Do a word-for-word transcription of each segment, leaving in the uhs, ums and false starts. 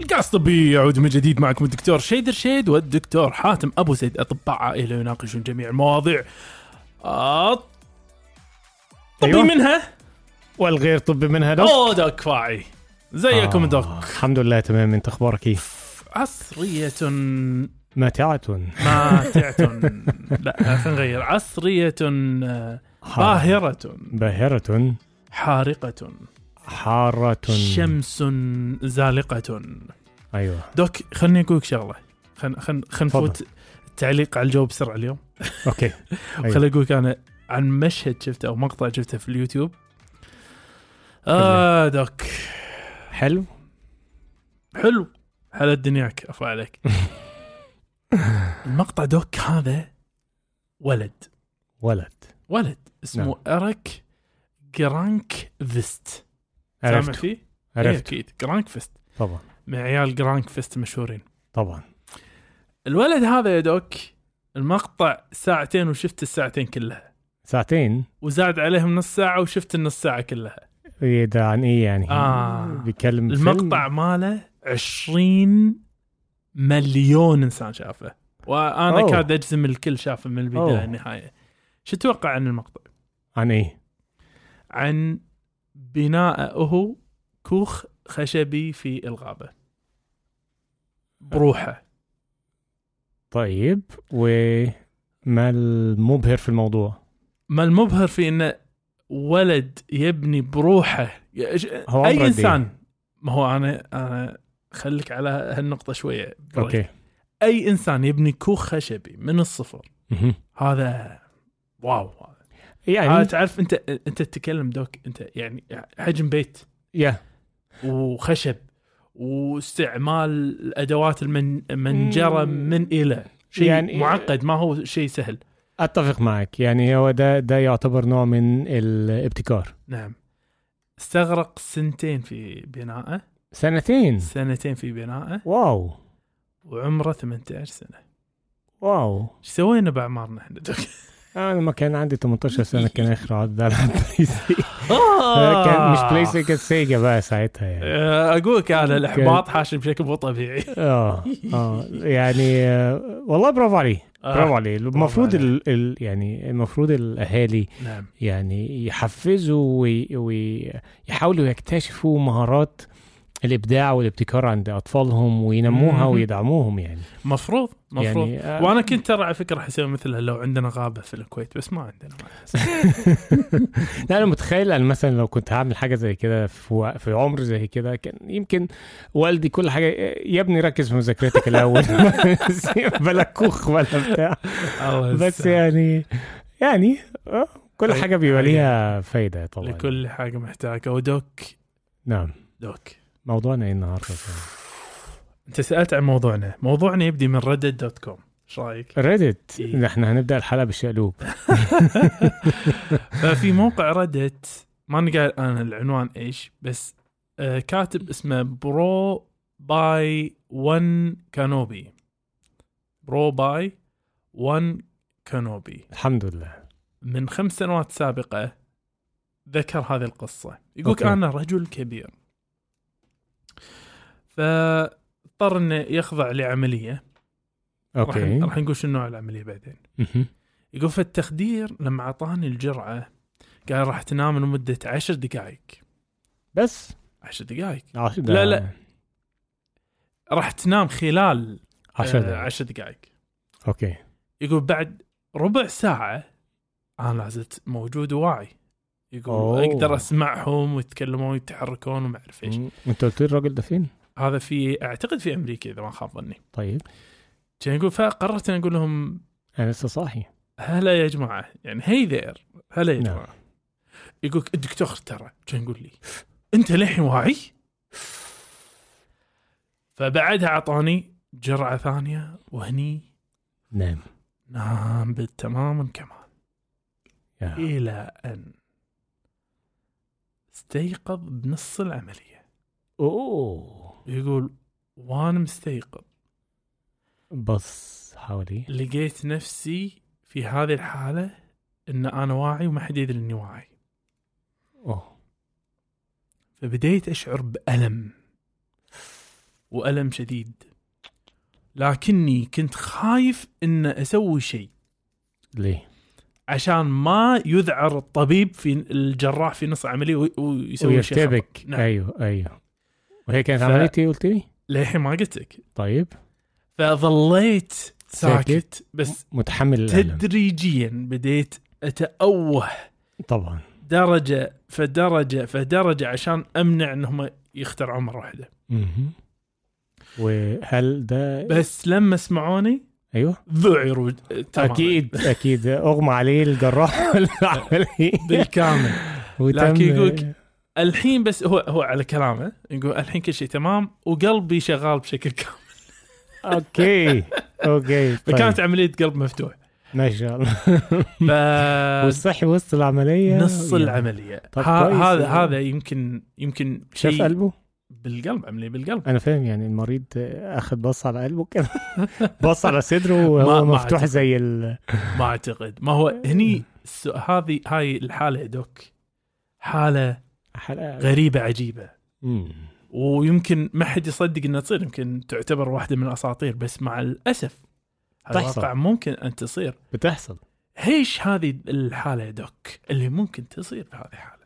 بودكاست طبي يعود من جديد معكم الدكتور شيد الرشيد والدكتور حاتم أبو زيد، أطباء عائلة يناقشون جميع المواضيع الطبي أيوة. منها والغير طبي منها. دوك أوه دوك فاعي زيكم آه. دوك الحمد لله تمام. انت اخبارك كيف؟ عصرية ماتعة ماتعة لا نغير عصرية باهرة باهرة حارقة حارة شمس زالقة. أيوة دوك خلني أقولك شغلة، خل خل خل نفوت التعليق على الجو بسرعة اليوم. أوكي أيوة. خل أقولك أنا عن مشهد شفته أو مقطع شفته في اليوتيوب. آه دوك حلو حلو حل الدنياك أفا عليك. المقطع دوك هذا ولد ولد ولد اسمه نعم. أريك جرانك فيست. عرفت فيه عرفت أكيد جرانك فيست طبعا مع عيال جرانك فيست مشهورين طبعا. الولد هذا يا دوك المقطع ساعتين وشفت الساعتين كلها. ساعتين وزاد عليهم نص ساعة وشفت النص ساعة كلها. ايه ده عن ايه يعني؟ آه. بيكلم المقطع ماله عشرين مليون انسان شافه، وانا أوه. كاد اجزم الكل شافه من البداية للنهاية. شو تتوقع عن المقطع؟ عن ايه؟ عن بناءه كوخ خشبي في الغابة بروحه. طيب وما المبهر في الموضوع؟ ما المبهر في انه ولد يبني بروحه. اي انسان دي. ما هو انا انا خليك على هالنقطة شوية. اوكي. اي انسان يبني كوخ خشبي من الصفر م- هذا واو. هذا يعني هذا تعرف انت انت تتكلم دوك انت يعني حجم بيت يا yeah. وخشب واستعمال الادوات المنجره من الى شيء يعني معقد، ما هو شيء سهل. اتفق معك، يعني هو ده ده يعتبر نوع من الابتكار. نعم. استغرق سنتين في بنائه. سنتين سنتين في بنائه. واو. وعمره ثمانية عشر سنة. واو. ايش سوينا باعمارنا احنا دوك؟ انا ما كان عندي ثمانية عشر سنه كان اخر عاد على بلايستيشن. كان مش بلايستيشن سيجا بقى ساعتها يعني. اقولك انا الاحباط حاشم بشكل مو طبيعي. اه اه يعني والله برافو عليه برافو عليه. المفروض ال يعني المفروض الاهالي نعم. يعني يحفزوا ويحاولوا يكتشفوا مهارات الابداع والابتكار عند اطفالهم وينموها ويدعموهم يعني. مفروض مفروض يعني آه وانا كنت ترى على فكره حسوي مثلها لو عندنا غابه في الكويت، بس ما عندنا. لا انا متخيل ان مثلا لو كنت هعمل حاجه زي كده في في عمر زي كده كان يمكن والدي كل حاجه يا ابني ركز في مذاكرتك الاول بلا كوخ ولا بتاع. بس يعني يعني كل حاجه بيبقى ليها فايده طبعا. لكل حاجه محتاجه. ودوك نعم دوك موضوعنا ايه النهارده؟ انت سألت عن موضوعنا. موضوعنا يبدي من ريدت دوت كوم. ايش رايك؟ ريدت إيه؟ احنا هنبدا الحلقه بالشقلوب. ففي موقع ريدت ما نقال انا العنوان ايش، بس آه كاتب اسمه برو باي ون كانوبي. برو باي ون كانوبي. الحمد لله. من خمس سنوات سابقه ذكر هذه القصه. يقولك انا رجل كبير فاضطر انه يخضع لعمليه. اوكي راح نقول شنو نوع العمليه بعدين. يقول في التخدير لما اعطاني الجرعه قال راح تنام لمده عشر دقائق بس. عشر دقائق عشر لا لا راح تنام خلال عشر دقائق. آه عشر دقائق. اوكي. يقول بعد ربع ساعه انا لازلت موجود وواعي. يقول أوه. اقدر اسمعهم ويتكلمون ويتحركون وما اعرف ايش. انت قلت لي الراجل ده فين؟ هذا في اعتقد في امريكا اذا ما خاب ظني. طيب كان يقول فقررت ان اقول لهم انا لسه صاحي. هلا يا جماعه يعني هي ذير هلا يا جماعه. يقول الدكتور ترى كان يقول لي انت للحين واعي. فبعدها اعطاني جرعه ثانيه وهني نام نام بالتمام كمان يا. الى ان استيقظ بنص العمليه. اوه. يقول وانا مستيقظ بص حولي لقيت نفسي في هذه الحالة ان انا واعي وما حد يدري اني واعي. اوه. فبديت اشعر بألم وألم شديد، لكني كنت خايف إن أسوي شيء. ليه؟ عشان ما يذعر الطبيب في الجراح في نص عملية ويسوي شيء ويرتبك. نعم. أيوه أيوه. وهي كانت ف... عمليتي قلت لي؟ ليه ما قلت لك؟ طيب. فظليت ساكت, ساكت بس متحمل الألم. تدريجيا بديت أتأوه طبعا درجة فدرجة فدرجة عشان أمنع أنهم يخترعون مرة واحدة. مم. وهل ده بس لما سمعوني ايوه ذعروا تماما. اكيد اكيد اغمى عليه الجراح بالكامل. وتم... لكن يقولك الحين بس هو هو على كلامه يقول الحين كل شيء تمام وقلبي شغال بشكل كامل. اوكي اوكي. فكانت عملية قلب مفتوح ما شاء الله. ف... والصحي وسط العملية نص يعني. العملية ه... هذا يعني. هذا يمكن يمكن شاف شيء قلبه بالقلب، عملية بالقلب. انا فاهم يعني المريض اخذ بص على قلبه كده بص على صدره وهو ما مفتوح ما زي ال... ما اعتقد. ما هو هني هذه هاي الحالة يا دوك حالة حلقة غريبة عجيبة. مم. ويمكن ما حد يصدق انها تصير، يمكن تعتبر واحدة من الاساطير، بس مع الاسف الواقع ممكن ان تصير. بتحصل. ايش هذه الحالة يا دوك اللي ممكن تصير بهذه الحالة؟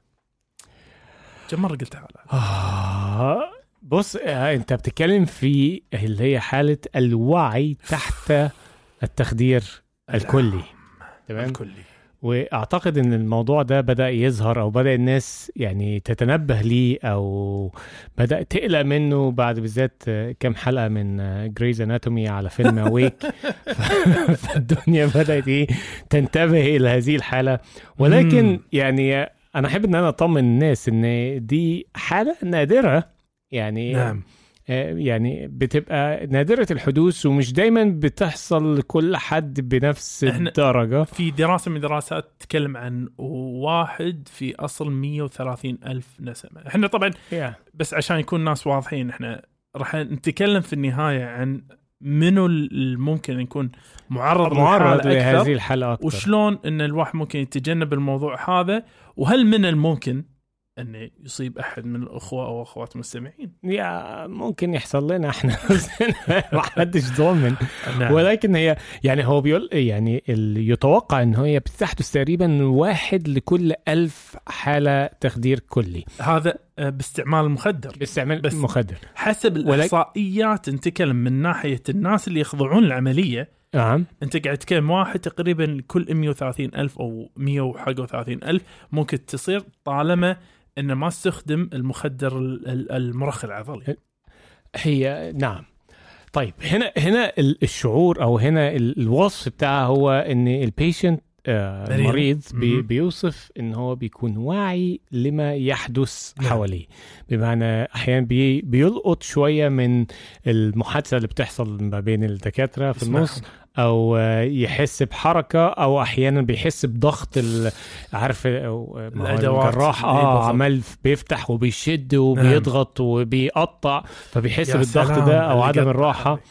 كم مرة قلت حالة؟ آه بص آه انت بتتكلم في اللي هي حالة الوعي تحت التخدير الكلي. تمام. الكلي. واعتقد ان الموضوع ده بدأ يظهر او بدأ الناس يعني تتنبه ليه او بدأ تقلق منه بعد بالذات كم حلقة من جريز اناتومي على فيلم اويك. فالدنيا بدأت ايه تنتبه الى هذه الحالة. ولكن يعني انا احب ان انا اطمن الناس ان دي حالة نادرة يعني. نعم. يعني بتبقى نادرة الحدوث ومش دايما بتحصل لكل حد بنفس الدرجة. في دراسة من دراسات تتكلم عن واحد في أصل مية وثلاثين ألف نسمة. احنا طبعا yeah. بس عشان يكون الناس واضحين احنا راح نتكلم في النهاية عن منو الممكن يكون معرض, معرض لهذه الحالة أكثر، وشلون ان الواحد ممكن يتجنب الموضوع هذا، وهل من الممكن أن يصيب أحد من الأخوة أو أخوات المستمعين. يا ممكن يحصل لنا احنا ما حدش ضامن. ولكن هي يعني هو بيقول يعني يتوقع ان هي بتحدث تقريبا واحد لكل ألف حالة تخدير كلي. هذا باستعمال المخدر. باستعمال المخدر حسب الإحصائيات نتكلم من ناحية الناس اللي يخضعون العملية. نعم. أنت قاعد تتكلم واحد تقريبا كل مية وثلاثين ألف أو مية وثلاثين ألف ممكن تصير طالما إنه ما استخدم المخدر المرخي العضلي. هي نعم. طيب هنا هنا الشعور أو هنا الوصف بتاعه هو إن البيشنت آه المريض بي بيوصف إن هو بيكون واعي لما يحدث حواليه. بمعنى أحيانا بي بيلقط شوية من المحادثة اللي بتحصل ما بين الدكاترة في النص، أو يحس بحركة، أو أحيانا بيحس بضغط عارف الجراح آه عمل بيفتح وبيشد وبيضغط وبيقطع، فبيحس بالضغط ده أو عدم الراحة.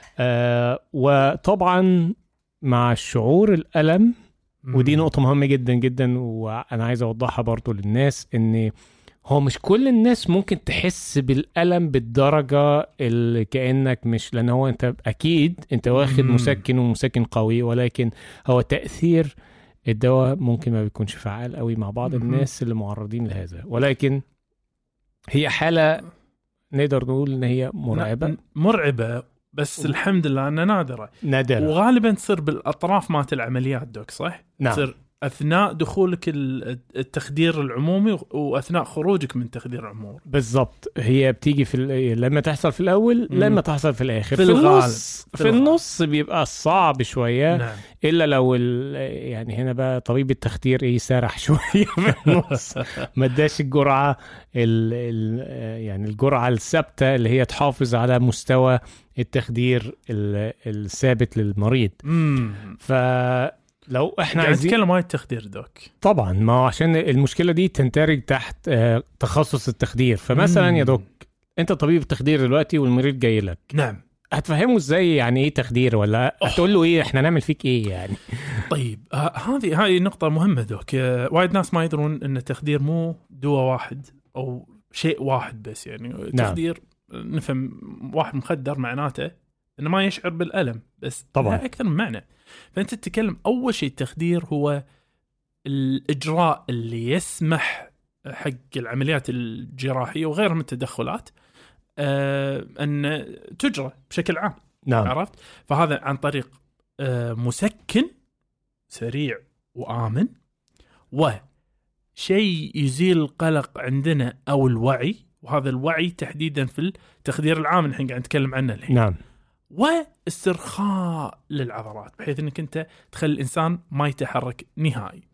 آه وطبعا مع شعور الألم، ودي نقطة مهمة جدا جدا وأنا عايز أوضحها برضو للناس، إن هو مش كل الناس ممكن تحس بالألم بالدرجة اللي كأنك مش، لأن هو أنت أكيد أنت واخد مسكن ومسكن قوي، ولكن هو تأثير الدواء ممكن ما بيكونش فعال قوي مع بعض الناس اللي معرضين لهذا. ولكن هي حالة نقدر نقول إن هي مرعبة مرعبة بس الحمد لله أنها نادرة نادرة، وغالبا تصير بالأطراف مات العمليات دوك صح؟ نعم. تصير أثناء دخولك التخدير العمومي وأثناء خروجك من تخدير العمومي. بالضبط. هي بتيجي في لما تحصل في الأول مم. لما تحصل في الآخر. في, في النص في, في النص بيبقى صعب شوية. نعم. إلا لو يعني هنا بقى طبيب التخدير إيه سارح شوية في النص ما اداش الجرعة ال ال يعني الجرعة الثابتة اللي هي تحافظ على مستوى التخدير الثابت للمريض. مم. ف لو احنا يعني عايزين نتكلم عن التخدير دوك، طبعا ما عشان المشكله دي تندرج تحت اه تخصص التخدير. فمثلا مم. يا دوك انت طبيب التخدير دلوقتي والمريض جاي لك، نعم، هتفهمه ازاي يعني ايه تخدير، ولا هتقول له ايه احنا نعمل فيك ايه يعني؟ طيب هذه آه هاي نقطه مهمه دوك. آه وايد ناس ما يدرون ان التخدير مو دواء واحد او شيء واحد بس، يعني التخدير نفهم واحد مخدر معناته انه ما يشعر بالالم، بس طبعا اكثر من معنى. فانت تتكلم اول شيء التخدير هو الاجراء اللي يسمح حق العمليات الجراحيه وغيرها من التدخلات آه ان تجرى بشكل عام. نعم. عرفت؟ فهذا عن طريق آه مسكن سريع وآمن، وشيء يزيل القلق عندنا أو الوعي، وهذا الوعي تحديدا في التخدير العام اللي قاعد نتكلم عنه الحين. نعم. واسترخاء للعضلات بحيث أنك أنت تخلي الإنسان ما يتحرك نهائي.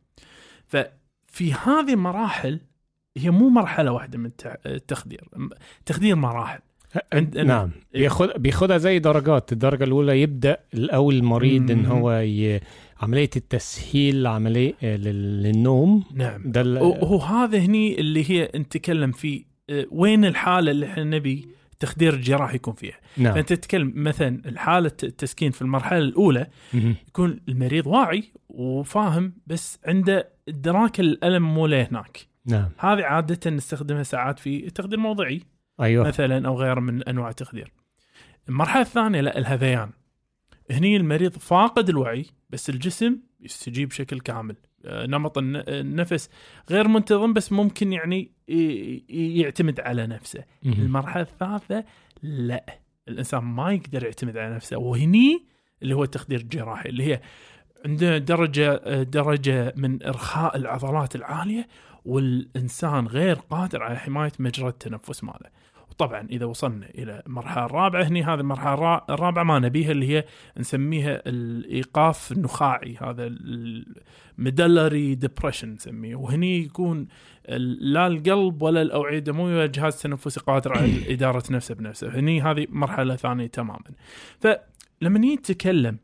ففي هذه المراحل هي مو مرحلة واحدة من التخدير، تخدير مراحل. نعم. بياخد بياخدها زي درجات. الدرجة الأولى يبدأ الأول المريض إن هو ي... عملية التسهيل عملية للنوم. نعم. ده ال... وهو هذا هني اللي هي نتكلم فيه وين الحالة اللي احنا نبي تخدير الجراحي يكون فيها. نعم. فأنت تتكلم مثلا الحالة التسكين في المرحلة الأولى م- يكون المريض واعي وفاهم بس عنده إدراك الألم مو له هناك. نعم. هذه عادة نستخدمها ساعات في التخدير الموضعي. أيوة. مثلا أو غيره من أنواع التخدير. المرحلة الثانية لا، الهذيان. هني المريض فاقد الوعي بس الجسم يستجيب بشكل كامل، نمط النفس غير منتظم بس ممكن يعني يعتمد على نفسه. م- المرحلة الثالثة لا، الإنسان ما يقدر يعتمد على نفسه، وهني اللي هو التخدير الجراحي اللي هي عنده درجة درجة من إرخاء العضلات العالية والإنسان غير قادر على حماية مجرى التنفس ماله. وطبعا إذا وصلنا إلى المرحلة الرابعة، هني هذه المرحلة الرابعة ما نبيها اللي هي نسميها الإيقاف النخاعي، هذا الميدلري ديبريشن نسميه. وهني يكون لا القلب ولا الأوعية الدموية ولا الجهاز التنفسي قادر على إدارة نفسه بنفسه. هني هذه مرحلة ثانية تماما. فلما نتكلم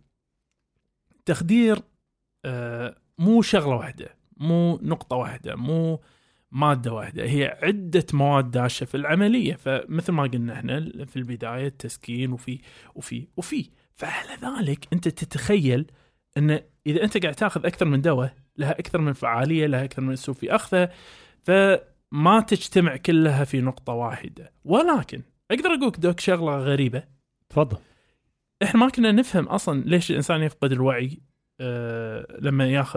تخدير آه مو شغلة واحدة، مو نقطة واحدة، مو مادة واحدة، هي عدة مواد داشة في العملية. فمثل ما قلنا احنا في البداية التسكين وفي وفي وفي فعلى ذلك انت تتخيل ان اذا انت قاعد تاخذ اكثر من دواء لها اكثر من فعالية، لها اكثر من اسلوب في اخذه، فما تجتمع كلها في نقطة واحدة. ولكن اقدر اقول دوك شغلة غريبة. تفضل. احنا ما كنا نفهم اصلا ليش الانسان يفقد الوعي أه لما ياخذ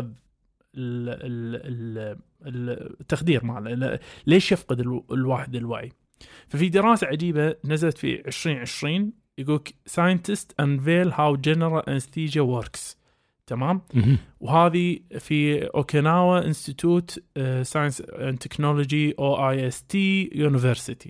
التخدير ماله، ليش يفقد الواحد الوعي. ففي دراسة عجيبة نزلت في عشرين عشرين يقولك scientists unveil how general anesthesia works. تمام. وهذه في اوكيناوا انستيتوت ساينس اند تكنولوجي او اي اس تي يونيفرسيتي.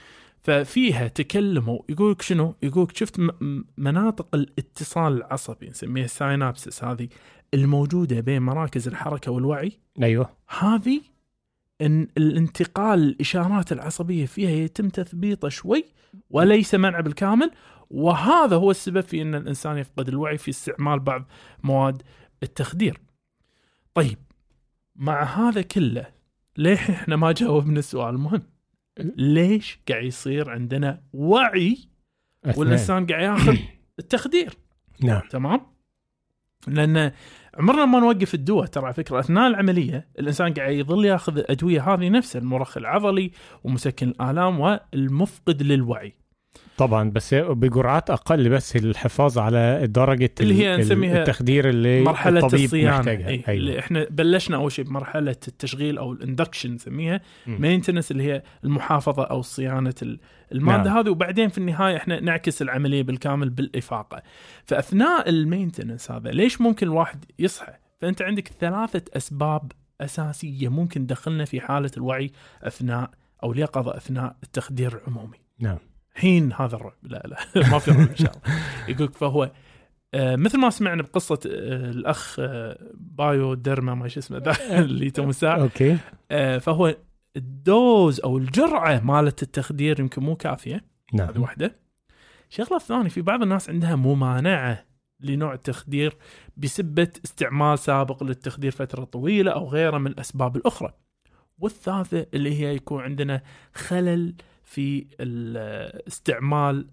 ففيها تكلموا يقولك شنو، يقولك شفت مناطق الاتصال العصبي نسميها الساينابسس هذه الموجودة بين مراكز الحركة والوعي. أيوة. هذه إن الانتقال الإشارات العصبية فيها يتم تثبيطه شوي وليس منع بالكامل، وهذا هو السبب في أن الإنسان يفقد الوعي في استعمال بعض مواد التخدير. طيب مع هذا كله ليه إحنا ما جاوبنا السؤال المهم؟ ليش قاعد يصير عندنا وعي والإنسان قاعد ياخذ التخدير؟ نعم. تمام. لأن عمرنا ما نوقف الدواء، ترى فكرة أثناء العملية الإنسان قاعد يظل يأخذ الأدوية هذه نفسها، المرخي العضلي ومسكن الآلام والمفقد للوعي. طبعا بس بجرعات أقل، بس الحفاظ على درجة اللي هي نسميها التخدير اللي مرحلة الطبيب الصيانة. محتاجها. أي. أيوة. اللي إحنا بلشنا أول شيء بمرحلة التشغيل أو الاندكشن نسميها مينتنس اللي هي المحافظة أو صيانة المادة. نعم. هذه وبعدين في النهاية إحنا نعكس العملية بالكامل بالإفاقة. فأثناء المينتنس هذا ليش ممكن الواحد يصحى؟ فأنت عندك ثلاثة أسباب أساسية ممكن دخلنا في حالة الوعي أثناء أو اليقظة أثناء التخدير العمومي. نعم. حين هذا الرعب لا لا ما في رعب إن شاء الله. يقولك فهو آه مثل ما سمعنا بقصة آه الأخ آه بايو ديرما ما شو اسمه ذا اللي تمساع. أوكي. آه فهو الدوز أو الجرعة مالة التخدير يمكن مو كافية. نعم. هذه واحدة. شغلة ثانية في بعض الناس عندها ممانعة لنوع التخدير بسبة استعمال سابق للتخدير فترة طويلة أو غيرها من الأسباب الأخرى. والثالثة اللي هي يكون عندنا خلل في استعمال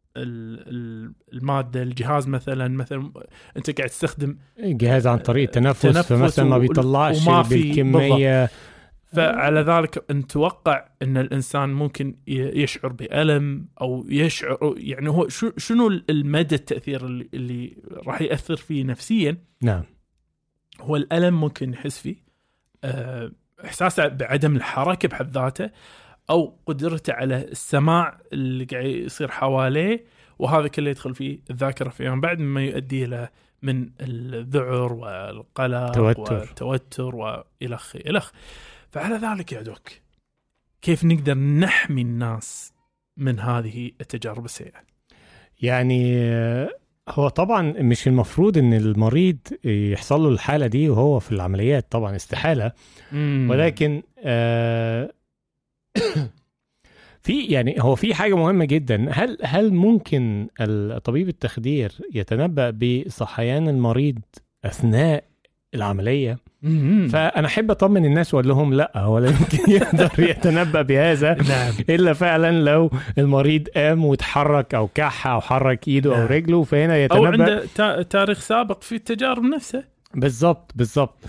المادة الجهاز. مثلا مثلا أنت قاعد تستخدم جهاز عن طريق التنفس، فمثلا ما بيطلعش بالكمية فعلى ذلك نتوقع ان الانسان ممكن يشعر بألم او يشعر يعني هو شنو المدى التأثير اللي, اللي راح يأثر فيه نفسيا. نعم هو الألم ممكن يحس فيه احساسه بعدم الحركة بحد ذاته او قدرته على السماع اللي قاعد يصير حواليه، وهذا كله يدخل فيه الذاكرة فيما بعد مما يؤدي له من الذعر والقلق توتر. والتوتر وإلخ إلخ. فعلى ذلك يا دوك كيف نقدر نحمي الناس من هذه التجارب السيئة؟ يعني هو طبعا مش المفروض ان المريض يحصل له الحالة دي وهو في العمليات، طبعا استحالة. مم. ولكن آه في يعني هو في حاجة مهمة جدا، هل هل ممكن الطبيب التخدير يتنبأ بصحيان المريض أثناء العملية؟ مم. فأنا أحب أطمن الناس وأقول لهم لا، هو لا يمكن يقدر يتنبأ بهذا. نعم. إلا فعلا لو المريض قام وتحرك أو كح أو حرك إيده نعم. أو رجله، فهنا يتنبأ. أو عنده تا- تاريخ سابق في التجارب نفسه. بالضبط بالضبط.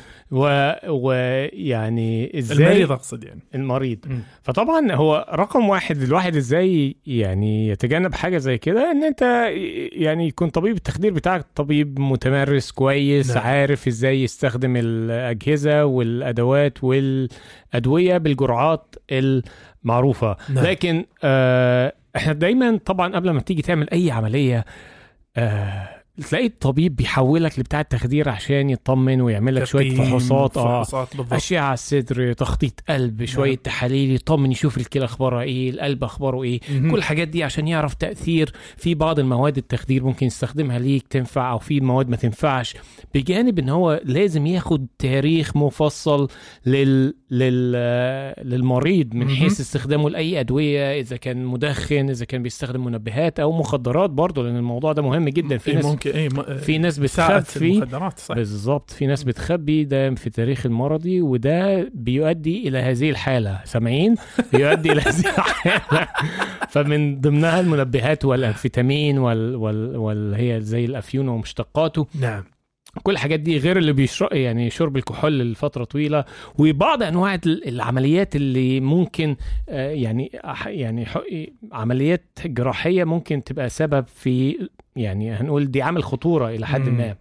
ويعني ازاي المريض اقصد يعني المريض م. فطبعا هو رقم واحد الواحد ازاي يعني يتجنب حاجة زي كده، ان انت يعني يكون طبيب التخدير بتاعك طبيب متمرس كويس. نعم. عارف ازاي يستخدم الأجهزة والأدوات والأدوية بالجرعات المعروفة. نعم. لكن آه احنا دايما طبعا قبل ما تيجي تعمل اي عملية آه تلاقي الطبيب بيحولك لبتاع التخدير عشان يطمن ويعمل لك شويه فحوصات اه اشعه صدر، تخطيط قلب، شويه نعم. تحاليل، يطمن يشوف الكلى اخبارها ايه، القلب اخباره ايه. م-م. كل الحاجات دي عشان يعرف تاثير في بعض المواد التخدير ممكن يستخدمها ليك تنفع او في مواد ما تنفعش، بجانب ان هو لازم ياخد تاريخ مفصل لل... لل... للمريض من م-م. حيث استخدامه لاي ادويه، اذا كان مدخن، اذا كان بيستخدم منبهات او مخدرات برضه، لان الموضوع ده مهم جدا. في ناس ممكن إيه م... في ناس بتخبي بالضبط، في ناس بتخبي ده في التاريخ المرضي، وده بيؤدي الى هذه الحاله. سامعين؟ بيؤدي الى هذه الحاله. فمن ضمنها المنبهات والانفيتامين وال وال وال هي زي الافيون ومشتقاته. نعم. كل الحاجات دي غير اللي بيشرب يعني شرب الكحول لفترة طويلة، وبعض أنواع العمليات اللي ممكن يعني يعني عمليات جراحية ممكن تبقى سبب في يعني هنقول دي عامل خطورة إلى حد ما.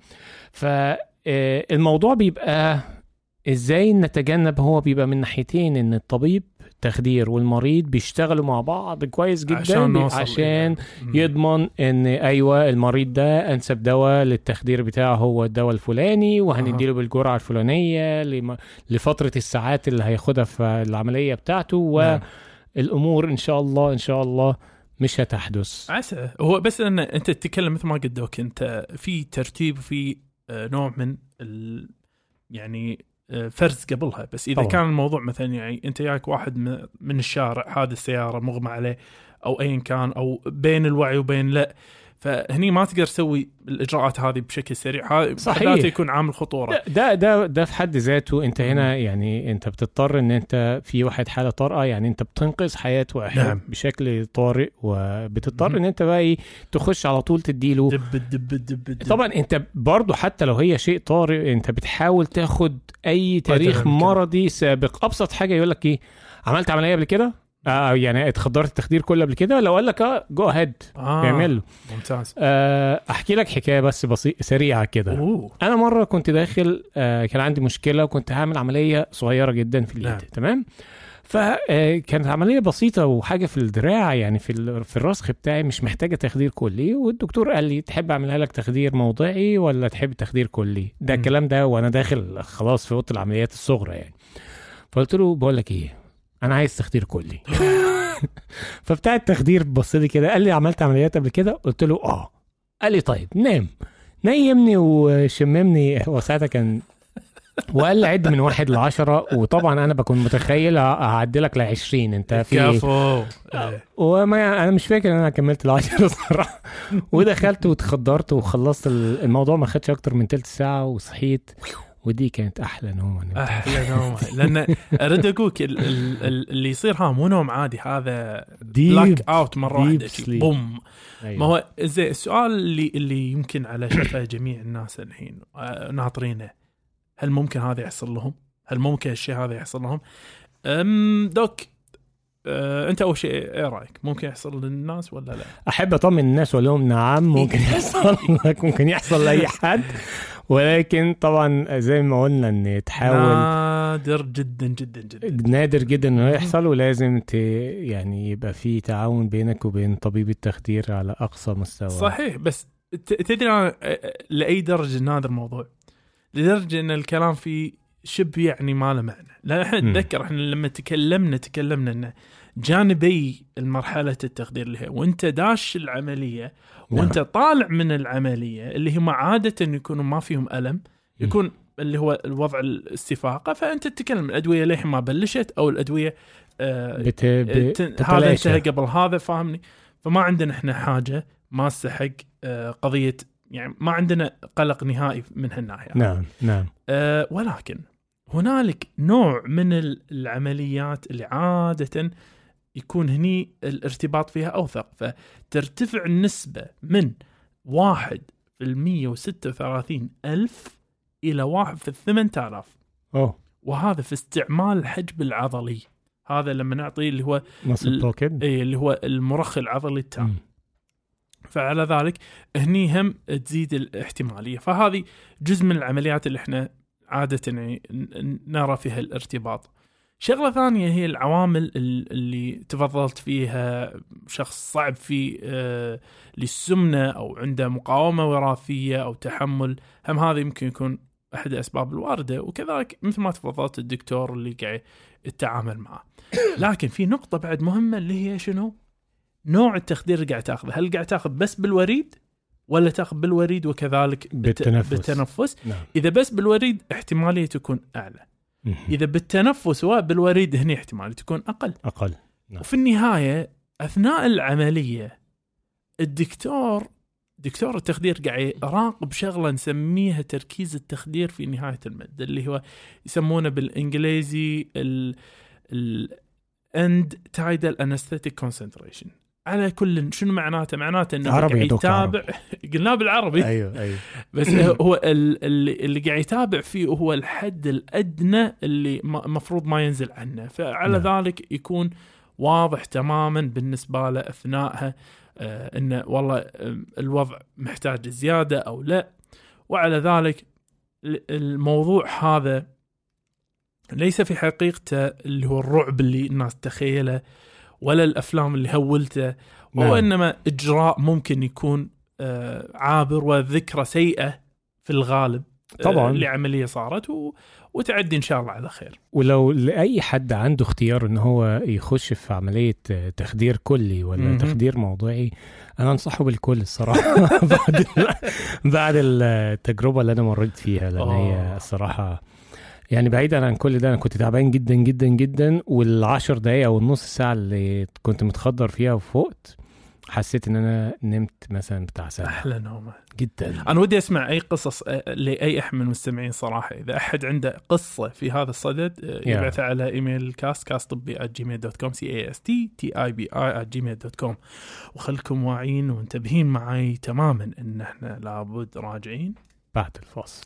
فالموضوع بيبقى إزاي نتجنب، هو بيبقى من ناحيتين، إن الطبيب تخدير والمريض بيشتغلوا مع بعض كويس جدا عشان, عشان يضمن ان ايوه المريض ده انسب دواء للتخدير بتاعه هو الدواء الفلاني، وهنديله بالجرعه الفلانيه لفتره الساعات اللي هياخدها في العمليه بتاعته، والامور ان شاء الله ان شاء الله مش هتحدث. عسى. هو بس ان انت تتكلم مثل ما قلت انت في ترتيب وفي نوع من ال يعني فرز قبلها، بس إذا طبعا. كان الموضوع مثلا يعني أنت ياك واحد من الشارع حادث سيارة مغمى عليه أو أي كان، أو بين الوعي وبين لا، فهني ما تقدر تسوي الإجراءات هذه بشكل سريع. هذا صحيح يكون عامل خطورة. ده ده ده في حد ذاته أنت هنا يعني أنت بتضطر إن أنت في واحد حالة طارئة، يعني أنت بتنقذ حياة واحد. نعم. بشكل طارئ، وبتضطر إن أنت بقى تخش على طول تديله دب دب دب دب. طبعا أنت برضو حتى لو هي شيء طارئ أنت بتحاول تاخد أي تاريخ مرضي سابق. أبسط حاجة يقولك إيه، عملت عملية قبل كده؟ آه يعني اتخدرت التخدير كله قبل كده؟ لو قال لك اه جو هيد اعمله. ممتاز. آه احكي لك حكايه بس بسيطه سريعه كده. أوه. انا مره كنت داخل آه كان عندي مشكله وكنت هعمل عمليه صغيره جدا في اليد. نعم. تمام. فكانت عمليه بسيطه وحاجه في الدراع يعني في في الرسخ بتاعي، مش محتاجه تخدير كلي، والدكتور قال لي تحب اعملها لك تخدير موضعي ولا تحب تخدير كلي؟ ده الكلام ده وانا داخل خلاص في اوضه العمليات الصغرى يعني. فقلت له بقول لك ايه، انا عايز تخدير كلي. فبتاع التخدير بص لي كده قال لي عملت عمليات قبل كده؟ قلت له اه. قال لي طيب نام، نيمني وشممني. هو ساعتها كان وقال لي عد من واحد لعشرة، وطبعا انا بكون متخيل هعدلك لعشرين. انت في كفو. وما انا مش فاكر ان انا كملت العشرة صراحه. ودخلت وتخدرت وخلصت الموضوع، ما خدش اكتر من تلت ساعه وصحيت، ودي كانت احلى نوم. احلى نوم. لان ارد اقولك اللي يصير ها مو نوم عادي، هذا بلاك اوت مره واحده بوم. أيوة. ما هو زي السؤال اللي اللي يمكن على شفا جميع الناس الحين ناطرينه، هل ممكن هذا يحصل لهم؟ هل ممكن الشيء هذا يحصل لهم؟ أم دوك أه أنت أول شيء إيه رأيك ممكن يحصل للناس ولا لا؟ أحب أطمن الناس وأقول لهم نعم ممكن يحصل لك ممكن يحصل لأي حد، ولكن طبعا زي ما قلنا ان تحاول نادر جدا جدا جدا نادر جدا انه يحصل، ولازم ت يعني يبقى في تعاون بينك وبين طبيب التخدير على اقصى مستوى. صحيح، بس تدري لاي درجه نادر الموضوع، لدرجه ان الكلام فيه شبه يعني ما له معنى. لا احنا نتذكر احنا لما تكلمنا تكلمنا ان جانبي المرحله التخدير اللي هي وانت داش العمليه وانت نعم. طالع من العمليه اللي هم عاده يكونوا ما فيهم الم، يكون م. اللي هو الوضع الاستفاقه، فانت تتكلم الادويه ليه ما بلشت او الادويه آه بت... بت... هذا انتهى قبل هذا، فاهمني؟ فما عندنا احنا حاجه ما استحق آه قضيه، يعني ما عندنا قلق نهائي من هالناحيه. نعم نعم. آه ولكن هنالك نوع من العمليات اللي عاده يكون هني الارتباط فيها أوثق، فترتفع النسبة من واحد في المية وستة وثلاثين ألف إلى واحد في الثمانية آلاف. أوه. وهذا في استعمال الحجب العضلي، هذا لما نعطيه اللي هو ال... إيه اللي هو المرخي العضلي التام. فعلى ذلك هني هم تزيد الاحتمالية، فهذه جزء من العمليات اللي احنا عادة نرى فيها الارتباط. شغلة ثانية هي العوامل اللي تفضلت فيها، شخص صعب في آه للسمنة أو عنده مقاومة وراثية أو تحمل، هم هذا يمكن يكون أحد الأسباب الواردة، وكذلك مثل ما تفضلت الدكتور اللي قاعد يتعامل معه. لكن في نقطة بعد مهمة اللي هي شنو؟ نوع التخدير اللي قاعد تأخذه، هل قاعد تأخذ بس بالوريد ولا تأخذ بالوريد وكذلك بالتنفس, بالتنفس؟ نعم. إذا بس بالوريد احتمالية تكون أعلى، إذا بالتنفس والوريد هني احتمال تكون أقل أقل نعم. وفي النهاية أثناء العملية الدكتور دكتور التخدير قاعد يراقب شغلة نسميها تركيز التخدير في نهاية المد، اللي هو يسمونه بالإنجليزي ال ال end tidal anesthetic concentration. على كل شنو معناته؟ معناته انه قاعد يتابع قلنا بالعربي ايوه ايوه بس هو اللي اللي قاعد يتابع فيه هو الحد الادنى اللي مفروض ما ينزل عنه، فعلى نعم. ذلك يكون واضح تماما بالنسبه له اثناءها آه انه والله الوضع محتاج زياده او لا. وعلى ذلك الموضوع هذا ليس في حقيقته اللي هو الرعب اللي الناس تخيله ولا الأفلام اللي هولته، نعم. وإنما إجراء ممكن يكون آه عابر وذكرى سيئة في الغالب طبعا آه لعملية صارت و... وتعدي إن شاء الله على خير. ولو لأي حد عنده اختيار إنه هو يخش في عملية تخدير كلي ولا م-م. تخدير موضوعي، أنا أنصحه بالكل الصراحة بعد بعد التجربة اللي أنا مريت فيها، لأن هي الصراحة يعني بعيدا عن كل ده أنا كنت تعبان جدا جدا جدا، والعشر دقايق أو النص ساعة اللي كنت متخدر فيها وفوقت حسيت إن أنا نمت مثلا بتاع ساعة. أحلى نومة جدا. أنا ودي أسمع أي قصص لأي أحد من المستمعين صراحة، إذا أحد عنده قصة في هذا الصدد يبعث على إيميل كاست كاست طبي at gmail dot com c a s t t i b i at gmail dot com. وخلكم واعين وانتبهين معي تماما إن إحنا لابد راجعين بعد الفاصل.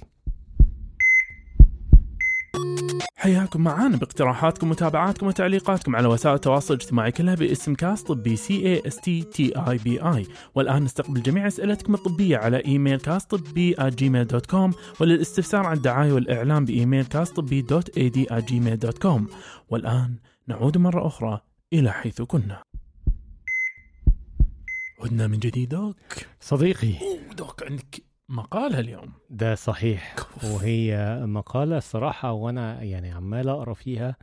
حياكم معانا باقتراحاتكم ومتابعاتكم وتعليقاتكم على وسائل التواصل الاجتماعي كلها باسم كاست طبي سي A S T T I B I. والآن نستقبل جميع أسئلتكم الطبية على إيميل كاست طبي at gmail dot com، وللاستفسار عن الدعاية والإعلام بإيميل كاست طبي .ad at gmail dot com. والآن نعود مرة أخرى إلى حيث كنا. عدنا من جديد دوك صديقي. دوك عندك مقالة اليوم. ده صحيح، وهي مقالة الصراحة وأنا يعني عمال أقرأ فيها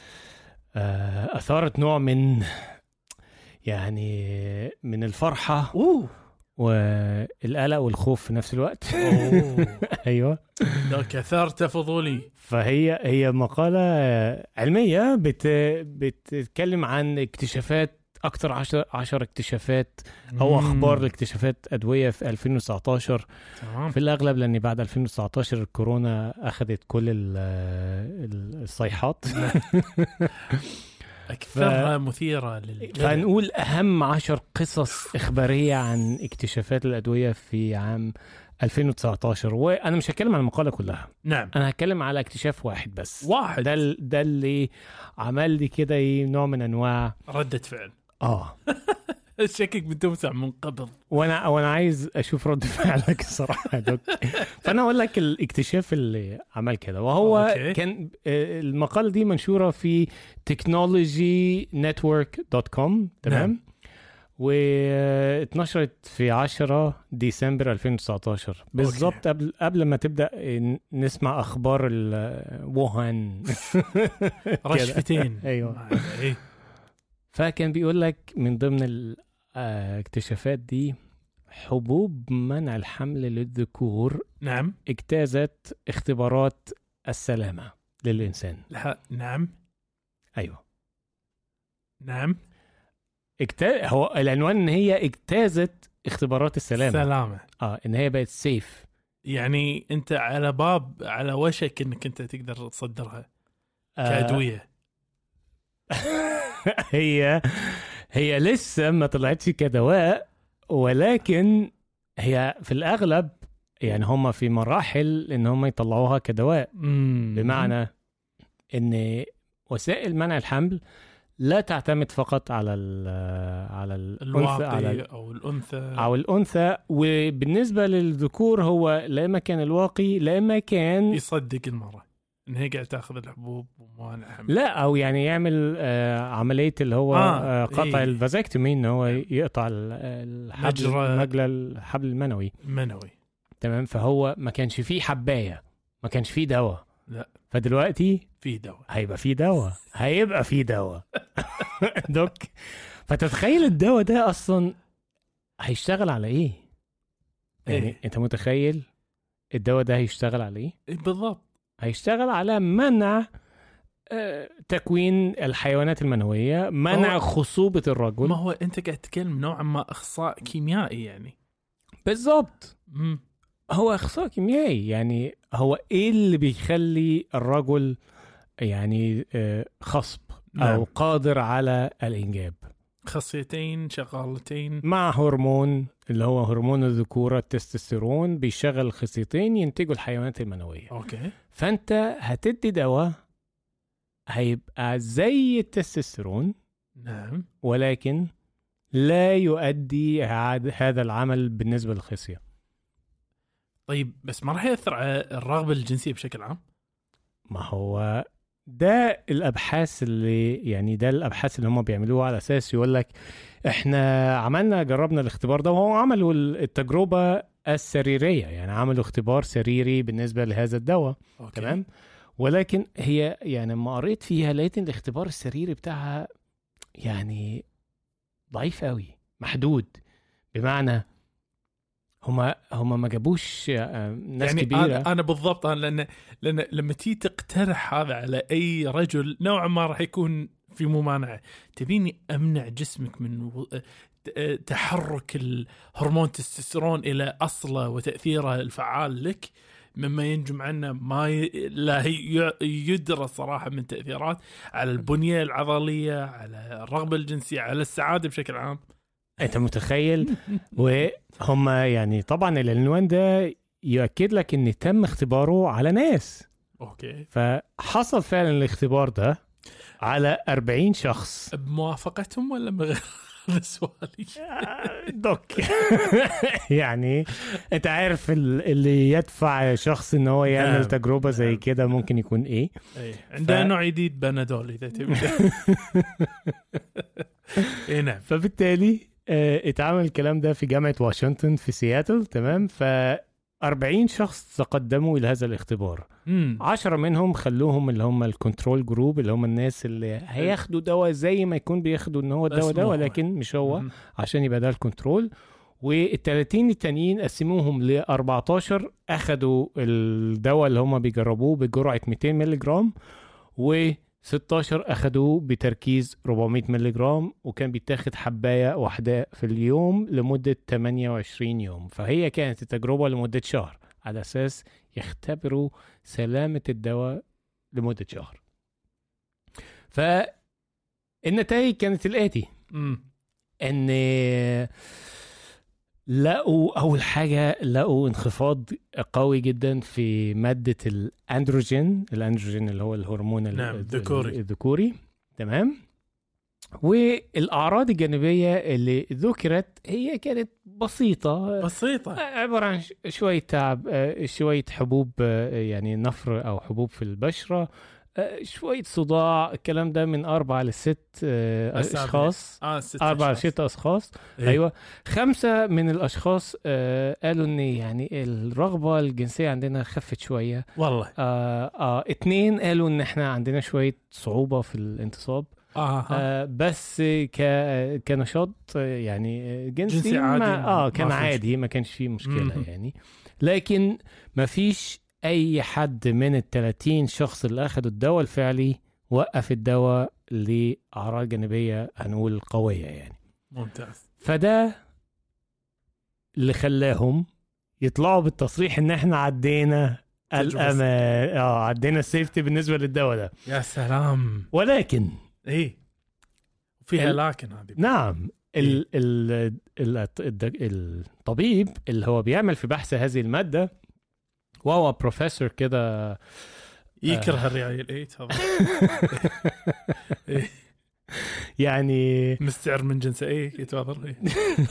أثارت نوع من يعني من الفرحة أوه. والقلق والخوف في نفس الوقت. أيوة ده كثرت فضولي. فهي هي مقالة علمية بت بتتكلم عن اكتشافات أكتر عشر, عشر اكتشافات أو أخبار لاكتشافات أدوية في ألفين وتسعتاشر. تمام. في الأغلب لأن بعد ألفين وتسعتاشر الكورونا أخذت كل الصيحات. أكثرها ف... مثيرة للجدل. فنقول أهم عشر قصص إخبارية عن اكتشافات الأدوية في عام ألفين وتسعتاشر. وانا مش هتكلم عن المقاله كلها، نعم انا هتكلم على اكتشاف واحد بس. واحد ده ال- ده اللي عمل لي كده إيه نوع من انواع ردة فعل. اه شكك بتوسع منقبض. وانا وانا عايز اشوف رد فعلك الصراحه يا دوك. فانا اقول لك الاكتشاف اللي عمل كده، وهو أوكي. كان آه، المقاله دي منشوره في تكنولوجي نتورك دوت كوم، تمام. نعم. واتنشرت في عشرة ديسمبر ألفين وتسعتاشر بالظبط، قبل قبل ما تبدا نسمع اخبار ال- ووهان رشفتين. ايوه. إيه. فكان بيقول لك من ضمن الاكتشافات دي حبوب منع الحمل للذكور نعم اجتازت اختبارات السلامة للإنسان. لا نعم أيوة نعم اجتا... هو العنوان إن هي اجتازت اختبارات السلامة. سلامة. اه إن هي بقت سيف. يعني أنت على باب على وشك إنك أنت تقدر تصدرها كأدوية. هي هي لسه ما طلعتش كدواء، ولكن هي في الأغلب يعني هم في مراحل إن هم يطلعوها كدواء. مم. بمعنى إن وسائل منع الحمل لا تعتمد فقط على ال على الأنثى على ال أو الأنثى أو الأنثى وبالنسبة للذكور هو لا إما كان الواقي لا إما كان يصدق المرة إن هي قاعد تأخذ الحبوب ومانع حمل. لا، أو يعني يعمل آه عملية اللي هو آه. آه قطع إيه. الفازكتومي، إن هو يقطع ال- الحبل مجرى- مجرى الحبل المنوي، منوي. تمام. فهو ما كانش فيه حباية، ما كانش فيه دواء. لا. فدلوقتي في دواء. هيبقى فيه دواء هيبقى فيه دواء دوك. فتتخيل الدواء ده اصلا هيشتغل على ايه؟ يعني إيه. انت متخيل الدواء ده هيشتغل على ايه؟ إيه بالضبط. هيشتغل على منع آه، تكوين الحيوانات المنوية، منع هو- خصوبة الرجل. ما هو أنت قاعد تتكلم نوعا ما إخصاء كيميائي يعني. بالظبط، مم. هو اخصائي كيميائي. يعني هو ايه اللي بيخلي الرجل يعني آه، خصب نعم. او قادر على الانجاب؟ خاصيتين شغالتين. مع هرمون اللي هو هرمون الذكورة التستوستيرون بيشغل الخصيتين ينتجوا الحيوانات المنوية. أوكي. فأنت هتدي دواء هيبقى زي التستوستيرون نعم. ولكن لا يؤدي عاد- هذا العمل بالنسبة للخصية. طيب بس ما راح يأثر على الرغبة الجنسية بشكل عام؟ ما هو ده الابحاث اللي يعني ده الابحاث اللي هم بيعملوها على اساس يقول لك احنا عملنا جربنا الاختبار ده، وهو عملوا التجربه السريريه، يعني عملوا اختبار سريري بالنسبه لهذا الدواء. أوكي. تمام. ولكن هي يعني لما قريت فيها لقيت ان الاختبار السريري بتاعها يعني ضعيف قوي، محدود. بمعنى هما هما ما جابوش آه، ناس يعني كبيره. أنا, أنا بالضبط أنا لأن لأن لما تيجي تقترح هذا على أي رجل نوعا ما راح يكون في ممانعة. تبيني أمنع جسمك من و- ت- تحرك الهرمون التستوستيرون إلى أصله وتأثيره الفعال لك، مما ينجم عنه ما ي... لا ي- يدرى صراحة من تأثيرات على البنية العضلية، على الرغبة الجنسية، على السعادة بشكل عام. انت متخيل؟ وهم يعني طبعا العنوان ده يؤكد لك ان تم اختباره على ناس. أوكي. فحصل فعلا الاختبار ده على أربعين شخص. بموافقتهم ولا من غير؟ هذا سؤالي. دوك يعني انت عارف ال- اللي يدفع شخص ان هو يعمل نعم. تجربة زي نعم. كده ممكن يكون ايه؟ ايه عندنا ف- نوع جديد بنادول اذا تبي. ايه نعم. فبالتالي اه اتعمل الكلام ده في جامعة واشنطن في سياتل، تمام. ف أربعين شخص تقدموا إلى هذا الاختبار. امم عشرة منهم خلوهم اللي هم الكنترول جروب، اللي هم الناس اللي هياخدوا دواء زي ما يكون بياخدوا ان هو الدواء اسمه ده، هو. ولكن مش هو، مم. عشان يبقى ده الكنترول. والتلاتين التانيين قسموهم ل أربعتاشر اخدوا الدواء اللي هم بيجربوه بجرعة مئتين مللي جرام، و16 اخدوه بتركيز أربعمية مللي جرام، وكان بيتاخد حباية واحدة في اليوم لمدة ثمانية وعشرين يوم. فهي كانت التجربة لمدة شهر على اساس يختبروا سلامة الدواء لمدة شهر. فالنتائج كانت الآتي، امم ان لقوا اول حاجه لقوا انخفاض قوي جدا في ماده الاندروجين الاندروجين اللي هو الهرمون نعم. الذكوري الذكوري تمام. والاعراض الجانبيه اللي ذكرت هي كانت بسيطه بسيطه عباره عن شويه تعب شويه حبوب يعني نفر او حبوب في البشره شويه صداع الكلام ده من أربعة لست اشخاص آه ست أربعة لست اشخاص إيه؟ ايوه. خمسه من الاشخاص آه قالوا ان يعني الرغبه الجنسيه عندنا خفت شويه والله. آه آه اتنين قالوا ان احنا عندنا شويه صعوبه في الانتصاب. آه. آه بس ك كنشاط يعني جنسي, جنسي عادي ما اه كان ما عادي ما كانش فيه مشكله مم. يعني. لكن ما فيش اي حد من الثلاثين شخص اللي اخذوا الدواء الفعلي وقف الدواء لاعراض جانبيه هنقول قويه يعني. ممتاز. فده اللي خلاهم يطلعوا بالتصريح ان احنا عدينا الامان اه عدينا السيفتي بالنسبه للدواء ده. يا سلام. ولكن ايه فيها ال... لكن هذه نعم ال... ال... ال... الطبيب اللي هو بيعمل في بحث هذه الماده وهو بروفيسور كده يكره آه. الرعاية الايت هذا يعني مستعر من جنس ايه يتواضر إيه؟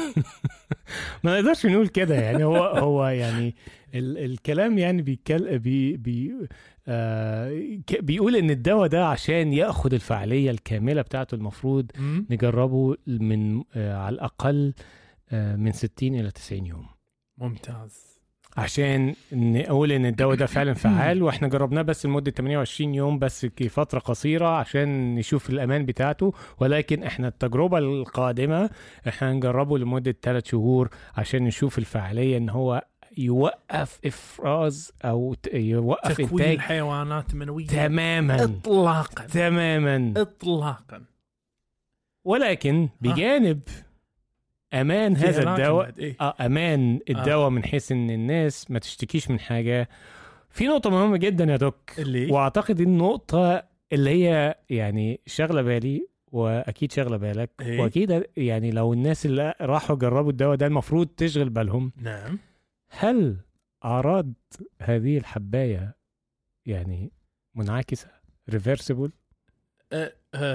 ما نقدرش نقول كده يعني. هو هو يعني ال الكلام يعني بيكل بي بي آه بيقول ان الدواء ده عشان ياخد الفعاليه الكامله بتاعته المفروض م? نجربه من آه على الاقل آه من ستين الى تسعين يوم. ممتاز. عشان نقول ان الدواء ده فعلا فعال. واحنا جربناه بس لمده ثمانية وعشرين يوم بس كفتره قصيره عشان نشوف الامان بتاعته. ولكن احنا التجربه القادمه احنا هنجربه لمده ثلاث شهور عشان نشوف الفعاليه ان هو يوقف افراز او يوقف تكوين انتاج الحيوانات المنويه تماما اطلاقا تماما اطلاقا. ولكن بجانب امان هذا الدواء إيه؟ آه امان الدواء آه. من حيث ان الناس ما تشتكيش من حاجه. في نقطه مهمه جدا يا دوك اللي واعتقد النقطه اللي هي يعني شغله بالي واكيد شغله بالك إيه؟ واكيد يعني لو الناس اللي راحوا جربوا الدواء ده المفروض تشغل بالهم. نعم. هل اعراض هذه الحبايه يعني منعكسه ريفرسيبل؟ أه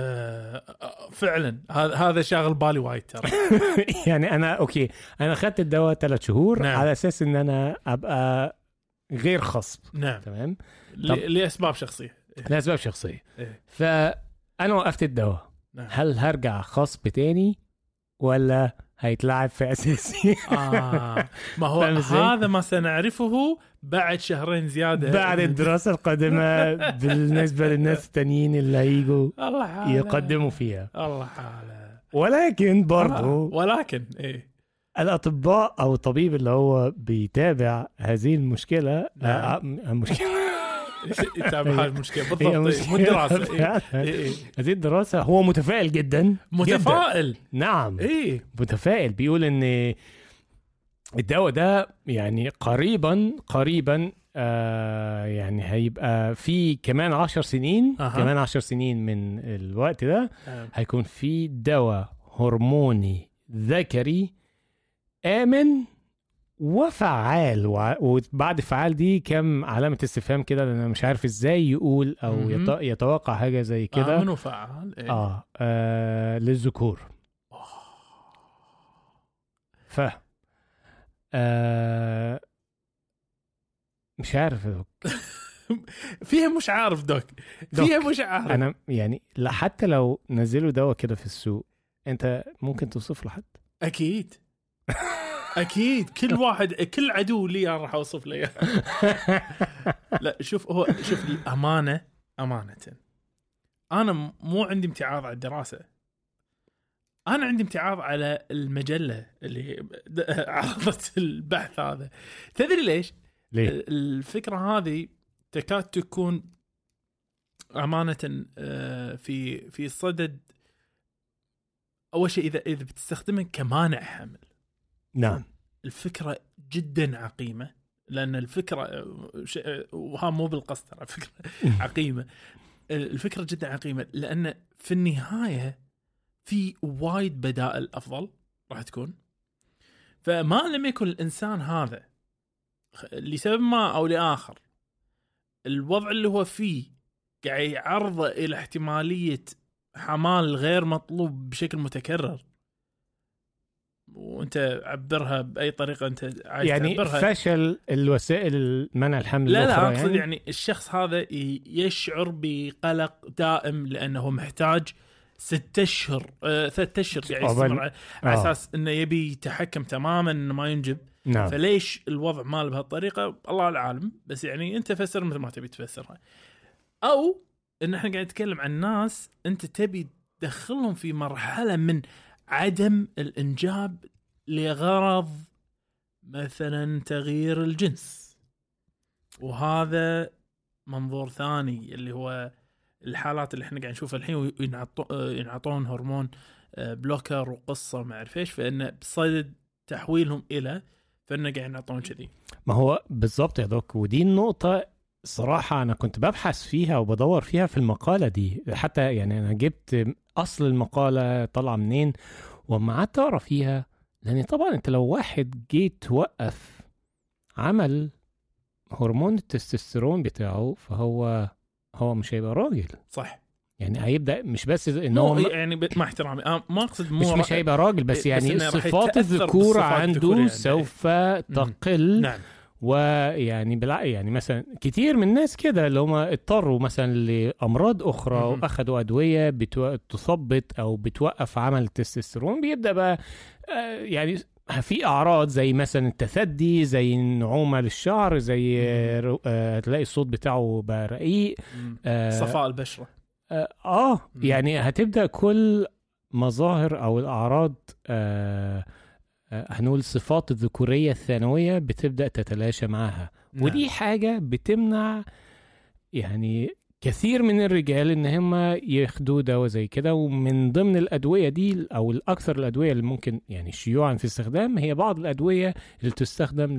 أه فعلا هذا هذا شاغل بالي وايد ترى. يعني انا اوكي انا اخذت الدواء ثلاث شهور. نعم. على اساس ان انا ابقى غير خصب. نعم. تمام. لاسباب شخصيه. لاسباب شخصيه. إيه؟ فانا وقفت الدواء. نعم. هل هرجع خصب تاني ولا هيتلعب في اساسي؟ آه. ما هو هذا ما سنعرفه بعد شهرين زياده بعد الدراسه القادمه بالنسبه للناس التانيين اللي هيجوا يقدموا فيها. الله حاله. ولكن برضو ولكن ايه الاطباء او الطبيب اللي هو بيتابع هذه المشكله نعم. المشكله يتابع هذه المشكله بالضبط. مو دراسه هذه الدراسه هو متفائل جدا. متفائل جداً. نعم ايه متفائل بيقول ان الدواء ده يعني قريبا قريبا آه يعني هيبقى في كمان عشر سنين أه. كمان عشر سنين من الوقت ده أه. هيكون في دواء هرموني ذكري آمن وفعال. وبعد فعال دي كم علامة استفهام كده لأن أنا مش عارف إزاي يقول أو يط... يتوقع حاجة زي كده. آمن وفعال إيه؟ آه, آه للذكور. ف آه مش عارف دوك. فيها مش عارف دوك. فيها مش عارف. أنا يعني حتى لو نزلوا دواء كده في السوق أنت ممكن توصف له حد؟ أكيد أكيد كل واحد كل عدو لي أنا راح أوصف له. لا شوف هو شوف الأمانة أمانة أنا مو عندي امتعاض على الدراسة. أنا عندي امتعاض على المجلة اللي عرضت البحث هذا. تدري ليش؟ ليه؟ الفكرة هذه تكاد تكون أمانة في في صدد أول شيء إذا إذا بتستخدمه كمانع حمل. نعم. الفكرة جدا عقيمة لأن الفكرة وها مو بالقصد ترى فكرة عقيمة. الفكرة جدا عقيمة لأن في النهاية في وايد بدائل أفضل راح تكون. فما لم يكن الإنسان هذا لسبب ما أو لآخر الوضع اللي هو فيه قاعد يعرضه إلى احتمالية حمال غير مطلوب بشكل متكرر، وانت عبرها باي طريقه انت عايز يعني تعبرها، فشل الوسائل منع الحمل لا الأخرى. لا اقصد يعني. يعني الشخص هذا يشعر بقلق دائم لانه محتاج ستة اشهر آه، ثلاثة اشهر يعني يستمر على آه. اساس انه يبي يتحكم تماما انه ما ينجب. نعم. فليش الوضع ماله بهالطريقه الله العالم، بس يعني انت فسر مثل ما تبي تفسرها. او ان احنا قاعد نتكلم عن ناس انت تبي تدخلهم في مرحله من عدم الانجاب لغرض مثلا تغيير الجنس، وهذا منظور ثاني اللي هو الحالات اللي احنا قاعد نشوفها الحين، ينعطون هرمون بلوكر وقصه ما اعرف ايش، فانه بصدد تحويلهم الى فانه قاعد ينعطون كذي. ما هو بالضبط يا دوك، ودي النقطه صراحه انا كنت ببحث فيها وبدور فيها في المقاله دي، حتى يعني انا جبت اصل المقاله طالعه منين وما قعدت اقرا فيها، لان طبعا انت لو واحد جيت توقف عمل هرمون التستوستيرون بتاعه فهو هو مش هيبقى راجل. صح. يعني هيبدأ مش بس انه هو يعني مع احترامي ما اقصد مش مش هيبقى راجل بس يعني بس صفات الذكورة عنده يعني. سوف تقل. نعم. ويعني بالع... يعني مثلا كتير من الناس كده اللي هم اضطروا مثلا لأمراض أخرى م-م. وأخذوا أدوية بتو... تثبط أو بتوقف عمل التستوستيرون، بيبدأ بقى آه يعني في أعراض زي مثلا التثدي، زي النعومة للشعر، زي آه تلاقي الصوت بتاعه بقى رقيق، آه صفاء البشرة. آه, آه يعني هتبدأ كل مظاهر أو الأعراض آه هنقول صفات الذكورية الثانوية بتبدأ تتلاشى معها. نعم. ودي حاجة بتمنع يعني كثير من الرجال ان هم ياخدوا دواء زي كده. ومن ضمن الأدوية دي او الأكثر الأدوية اللي ممكن يعني شيوعا في استخدام هي بعض الأدوية اللي تستخدم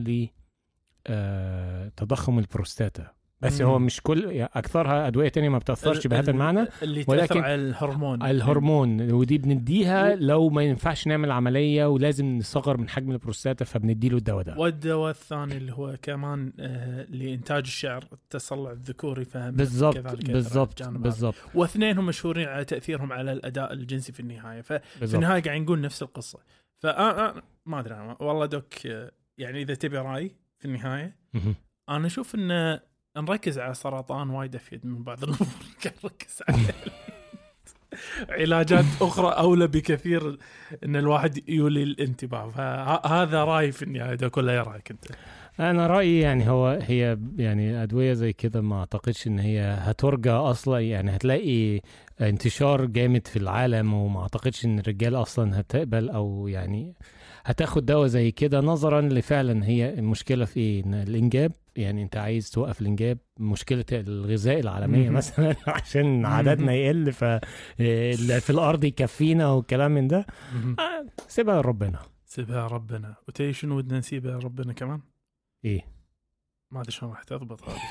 لتضخم البروستاتا، بس مم. هو مش كل يعني أكثرها أدوية تانية ما بتأثرش بهذا المعنى، اللي تأثر على الهرمون الهرمون ودي بنديها لو ما ينفعش نعمل عملية ولازم نصغر من حجم البروستاتا فبنديله الدواء ده. والدواء الثاني اللي هو كمان آه لإنتاج الشعر التصلع الذكوري، فهم بالضبط بالضبط بالضبط. واثنينهم مشهورين على تأثيرهم على الأداء الجنسي في النهاية، ففي النهاية قاعد نقول نفس القصة. فأنا ما أدري والله دوك، يعني إذا تبي رأي في النهاية أنا أشوف إن نركز على سرطان وايد أفيد من بعض الأمور نركز على علاجات أخرى أولى بكثير إن الواحد يولي الانتباه. فهذا رأي في النهاية ده كله. يا رأيك أنت؟ أنا رأيي يعني هو هي يعني أدوية زي كده ما أعتقدش إن هي هترجع أصلا، يعني هتلاقي انتشار جامد في العالم، وما أعتقدش إن الرجال أصلا هتقبل أو يعني هتاخد دواء زي كده، نظرا لفعلا هي المشكلة في إيه؟ إن الإنجاب، يعني أنت عايز توقف الإنجاب، مشكلة الغذاء العالمية مثلا عشان عددنا يقل ففي الأرض يكفينا والكلام من ده. آه سيبها ربنا سيبها ربنا. وتي شنو ودنا نسيبها ربنا كمان؟ إيه ما أدري شلون راح تضبط هذه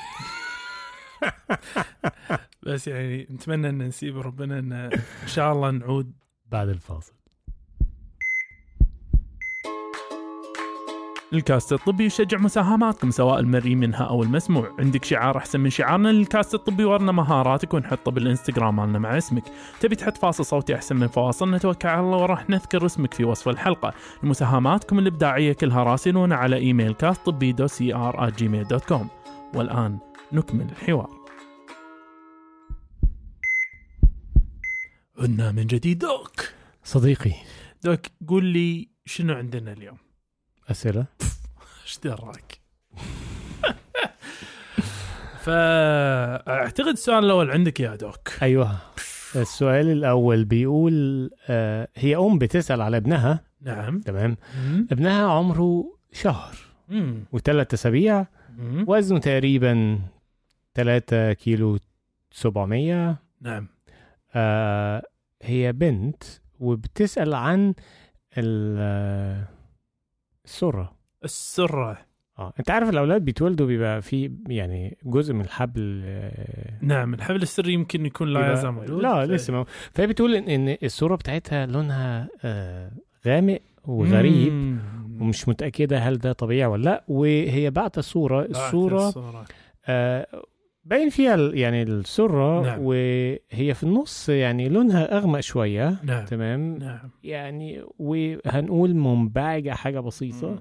بس يعني نتمنى أن نسيب ربنا أن إن شاء الله نعود بعد الفاصل. الكاست الطبي يشجع مساهماتكم سواء المرئي منها أو المسموع. عندك شعار أحسن من شعارنا للكاست الطبي؟ ورنا مهاراتك ونحطه بالإنستغرام مالنا مع اسمك. تبي تحط فاصل صوتي أحسن من فواصل؟ نتوكل على الله وراح نذكر اسمك في وصف الحلقة. مساهماتكم الإبداعية كلها راسلونا على إيميل كاست طبي دو سي آر آت جيميل دوت كوم. والآن نكمل الحوار. عدنا من جديد. دوك صديقي دوك، قول لي شنو عندنا اليوم؟ أسئلة. ايش دراك؟ فاعتقد السؤال الأول عندك يا دوك. أيوة، السؤال الأول بيقول آه هي أم بتسأل على ابنها. نعم. تمام. مم. ابنها عمره شهر وثلاثة أسابيع، وزنه تقريبا ثلاثة كيلو سبعمية. نعم. آه هي بنت وبتسأل عن السرة. السرة. اه انت عارف الاولاد بيتولدوا بيبقى في يعني جزء من الحبل. نعم، الحبل السري يمكن يكون لا يزال موجود. لا ف... لسه. فهي بتقول ان السرة بتاعتها لونها آه غامق وغريب. ومش متأكدة هل ده طبيعي ولا لا. وهي بعت الصورة الصورة, الصورة. آه باين فيها يعني السرة. نعم. وهي في النص يعني لونها أغمق شوية. نعم. تمام. نعم. يعني وهنقول منبعجة حاجة بسيطة،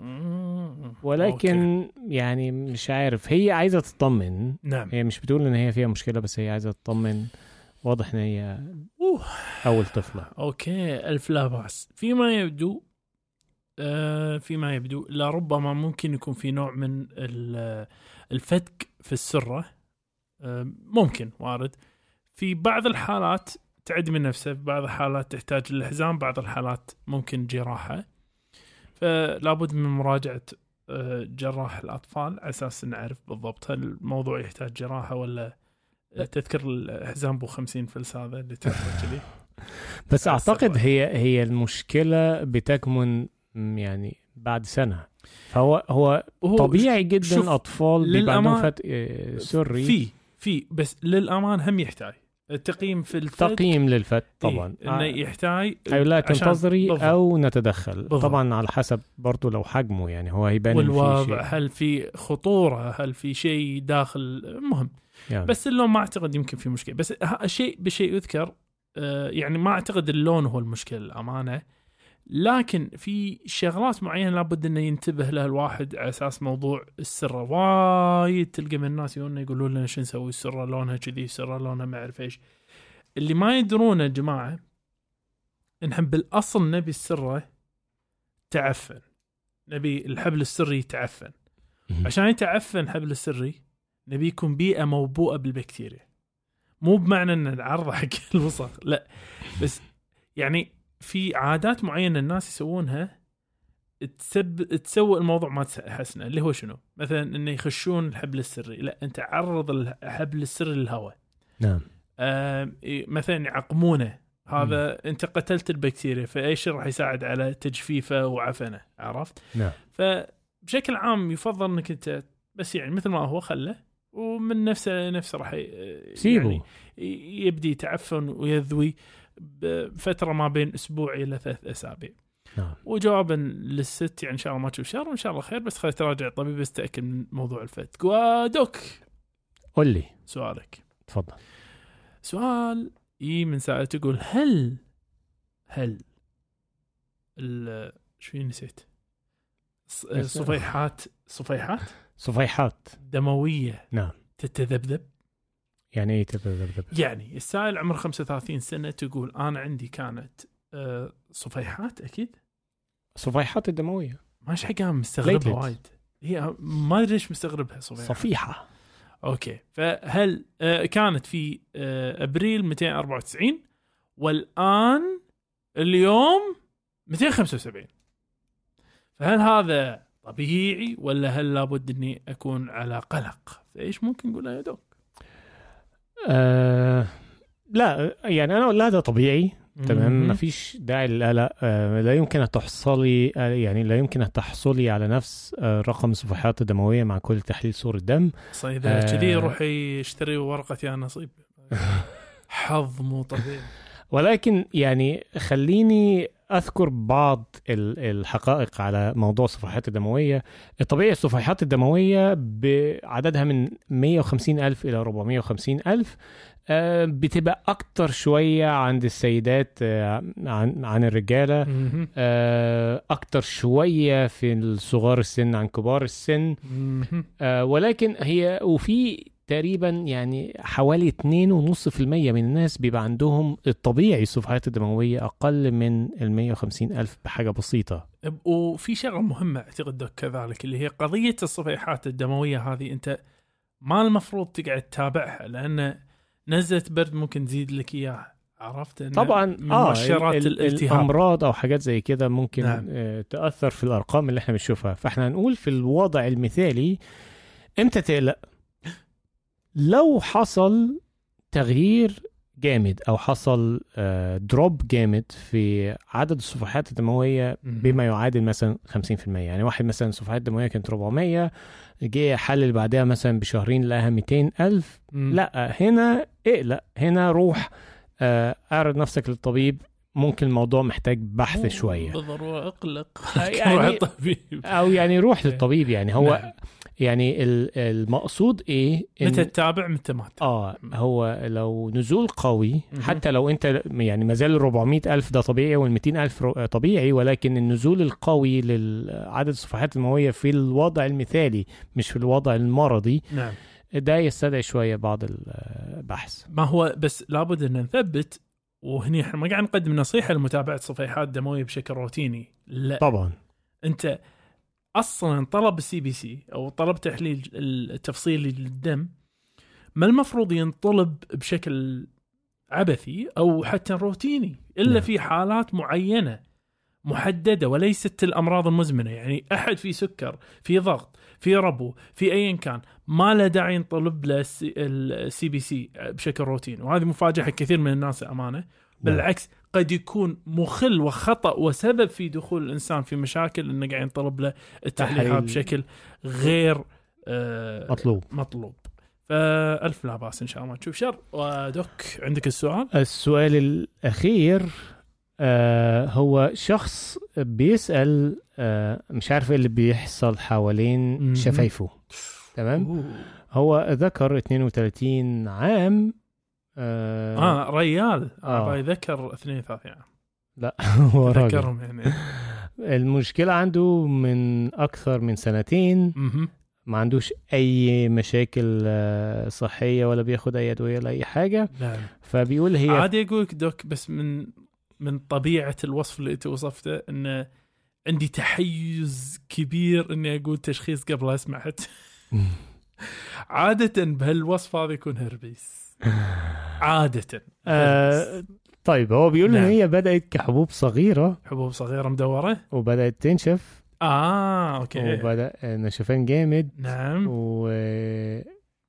ولكن أوكي. يعني مش عارف، هي عايزة تطمن. نعم. هي مش بتقول إن هي فيها مشكلة، بس هي عايزة تطمن. واضح إن هي أوه. أول طفلة. أوكي، ألف لا بأس. فيما يبدو آه فيما يبدو لربما ممكن يكون في نوع من الفتك في السرة. ممكن وارد في بعض الحالات تعد من نفسه، في بعض الحالات تحتاج الحزام، بعض الحالات ممكن جراحة. فلا بد من مراجعة جراح الأطفال على أساس نعرف بالضبط هل الموضوع يحتاج جراحة ولا تذكر الحزام بو خمسين فلس هذا اللي تحتاج ليه. بس أعتقد هي هي المشكلة بتكمن يعني بعد سنة. فهو هو طبيعي جدا أطفال بيبقى عندهم فتق سري في في بس للأمان هم يحتاج التقييم في الفت. تقييم للفت طبعا. إيه؟ إنه يحتاج أو لا تنتظري أو نتدخل بالضبط. طبعا على حسب برضو لو حجمه، يعني هو هيبان والوضع هل في خطورة، هل في شيء داخل مهم يعني. بس اللون ما أعتقد يمكن في مشكلة، بس شيء بشيء يذكر آه يعني ما أعتقد اللون هو المشكلة الأمانة، لكن في شغلات معينة لابد أنه ينتبه لها الواحد على أساس موضوع السرة. وايد تلقى من الناس يقولون لنا شو نسوي السرة لونها كذي، السرة لونها ما أعرف إيش. اللي ما يدرون يا جماعة إنهم بالأصل نبي السرة تعفن، نبي الحبل السري يتعفن. عشان يتعفن الحبل السري نبي يكون بيئة موبوءة بالبكتيريا، مو بمعنى أن العرض حق الوسخ لا، بس يعني في عادات معينة الناس يسوونها تسب تسوي الموضوع ما تحسنه. اللي هو شنو؟ مثلا إنه يخشون الحبل السري، لا أنت عرض الحبل السري للهواء. نعم. آه مثلا يعقمونه، هذا م. أنت قتلت البكتيريا، فإيش راح يساعد على تجفيفه وعفنه، عرفت؟ نعم. فبشكل عام يفضل إنك أنت بس يعني مثل ما هو خله، ومن نفسه نفسه راح يعني يبدي يتعفن ويذوي بفترة ما بين أسبوع إلى ثلاث أسابيع. نعم. وجوابا للست يعني إن شاء الله ما تشوف شر وإن شاء الله خير، بس خلي تراجع الطبيب بس تأكد من موضوع الفتك. ودوك قل لي سؤالك. تفضل. سؤال إيه من سائل تقول هل هل ال شو نسيت صفيحات صفيحات صفيحات دموية نعم تتذبذب. يعني ايه تتذبذب؟ يعني السائل عمره خمسة وثلاثين سنة تقول أنا عندي كانت أه صفيحات، أكيد صفيحات الدموية ماش حاجة مستغربها وايد، هي ما أدري ليش مستغربها صفيحة صفيحة. أوكي، فهل أه كانت في أه أبريل مئتين وأربعة وتسعين والآن اليوم مئتين وخمسة وسبعين، فهل هذا طبيعي ولا هل لابد أني أكون على قلق؟ فإيش ممكن نقول يا دوك؟ أه لا يعني أنا أقول هذا طبيعي تمام، ما فيش داعي للقلق. أه لا يمكن أن تحصلي يعني لا يمكن أن تحصلي على نفس أه رقم الصفيحات الدموية مع كل تحليل صورة دم. صيد كذي أه روحي اشتري ورقة يا نصيب حظ مو طبيعي. ولكن يعني خليني أذكر بعض الحقائق على موضوع الصفيحات الدموية. الطبيعي الصفيحات الدموية بعددها من مئة وخمسين ألف إلى أربعمئة وخمسين ألف، بتبقى أكتر شوية عند السيدات عن عن الرجالة، أكتر شوية في الصغار السن عن كبار السن. ولكن هي وفي تقريبا يعني حوالي اثنين فاصلة خمسة بالمئة من الناس بيبقى عندهم الطبيعي الصفيحات الدموية أقل من المئة وخمسين ألف بحاجة بسيطة. وفي شغلة مهمة أعتقد كذلك اللي هي قضية الصفيحات الدموية هذه، أنت ما المفروض تقعد تتابعها، لأن نزلة برد ممكن تزيد لك إياها، عرفت؟ طبعا آه الأمراض أو حاجات زي كده ممكن نعم. آه تأثر في الأرقام اللي احنا بنشوفها. فاحنا هنقول في الوضع المثالي امتى تقلق؟ لو حصل تغيير جامد أو حصل دروب جامد في عدد الصفحات الدموية بما يعادل مثلا خمسين بالمئة، يعني واحد مثلا صفحات دموية كانت أربعمئة جه حلل بعدها مثلا بشهرين لها مئتين ألف، لا هنا اقلق، هنا روح اعرض نفسك للطبيب، ممكن الموضوع محتاج بحث شويه بالضروره اقلق يعني او يعني روح للطبيب يعني هو نعم. يعني المقصود ايه متى تتابع متى ما اه هو لو نزول قوي حتى لو انت يعني ما زال أربعمية ألف ده طبيعي والمئتين ألف طبيعي ولكن النزول القوي لعدد الصفحات المويه في الوضع المثالي مش في الوضع المرضي نعم ده يستدعي شويه بعض البحث. ما هو بس لابد ان نثبت وهني احنا ما قاعد نقدم نصيحه لمتابعه صفيحات دمويه بشكل روتيني لا طبعا انت اصلا طلب السي بي سي او طلب تحليل التفصيلي للدم ما المفروض ينطلب بشكل عبثي او حتى روتيني الا نعم. في حالات معينه محدده وليست الامراض المزمنه يعني احد في سكر في ضغط في ربو في ايا كان ما له داعي ينطلب له السي بي سي بشكل روتيني وهذه مفاجاه حق كثير من الناس امانه بالعكس قد يكون مخل وخطأ وسبب في دخول الإنسان في مشاكل إنه قاعد ينطلب له التحليل بشكل غير آه مطلوب مطلوب فألف لا بأس إن شاء الله تشوف شر. ودوك عندك السؤال السؤال الأخير آه هو شخص بيسأل آه مش عارف إيه اللي بيحصل حوالين شفايفه تمام أوه. هو ذكر اثنين وثلاثين عام آه, اه ريال اه يذكر اثنين وثلاثين يعني. لا هو ذكرهم يعني المشكلة عنده من أكثر من سنتين ما عندوش أي مشاكل صحية ولا بياخد أي أدوية ولا أي حاجة لا. فبيقول هي عادي يقولك دوك بس من من طبيعة الوصف اللي أنت وصفته إن عندي تحيز كبير إني أقول تشخيص قبل أسمعت عادة بهالوصف هذا يكون هربيس عادة آه طيب هو بيقول نعم. ان هي بدأت كحبوب صغيرة حبوب صغيرة مدورة وبدأت تنشف اه اوكي وبدأ نشفان جامد نعم ولما